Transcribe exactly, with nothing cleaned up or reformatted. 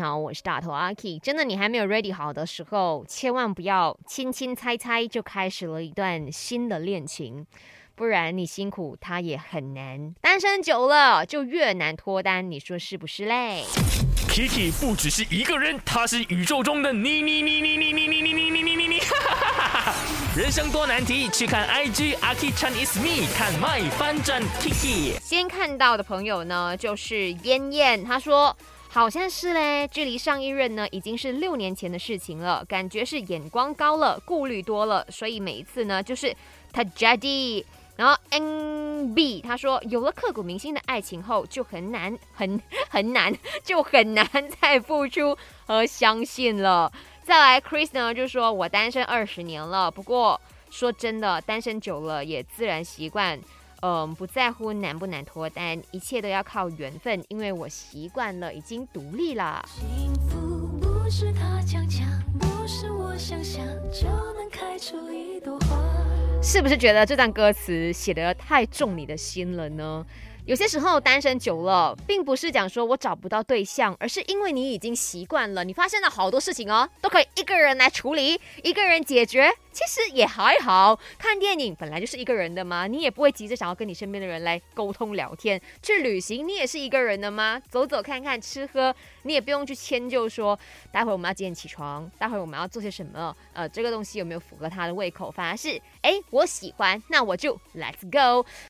你好，我是大头阿 K。真的，你还没有 ready 好的时候，千万不要轻轻猜猜就开始了一段新的恋情，不然你辛苦他也很难。单身久了就越难脱单，你说是不是嘞？ Kiki 不只是一个人，他是宇宙中的你你你你你你你你你你你你你，人生多难题，去看 I G Aki Chan is me， 看 my 翻转 Kiki。 先看到的朋友呢，就是燕燕，他说。好像是嘞，距离上一任呢已经是六年前的事情了，感觉是眼光高了，顾虑多了，所以每一次呢就是他 jadi。然后 N B 他说，有了刻骨铭心的爱情后，就很难很很难就很难再付出和相信了。再来 Chris 呢就说，我单身二十年了，不过说真的，单身久了也自然习惯。嗯，不在乎难不难脱单，一切都要靠缘分，因为我习惯了，已经独立了。幸福不是他强强，不是我想想就能开出一朵花。是不是觉得这段歌词写得太中你的心了呢？有些时候单身久了，并不是讲说我找不到对象，而是因为你已经习惯了，你发现了好多事情哦，都可以一个人来处理，一个人解决，其实也还好。看电影本来就是一个人的嘛，你也不会急着想要跟你身边的人来沟通聊天。去旅行你也是一个人的吗？走走看看，吃喝，你也不用去迁就说待会我们要几点起床，待会我们要做些什么，呃，这个东西有没有符合他的胃口，反而是哎我喜欢，那我就 let's go。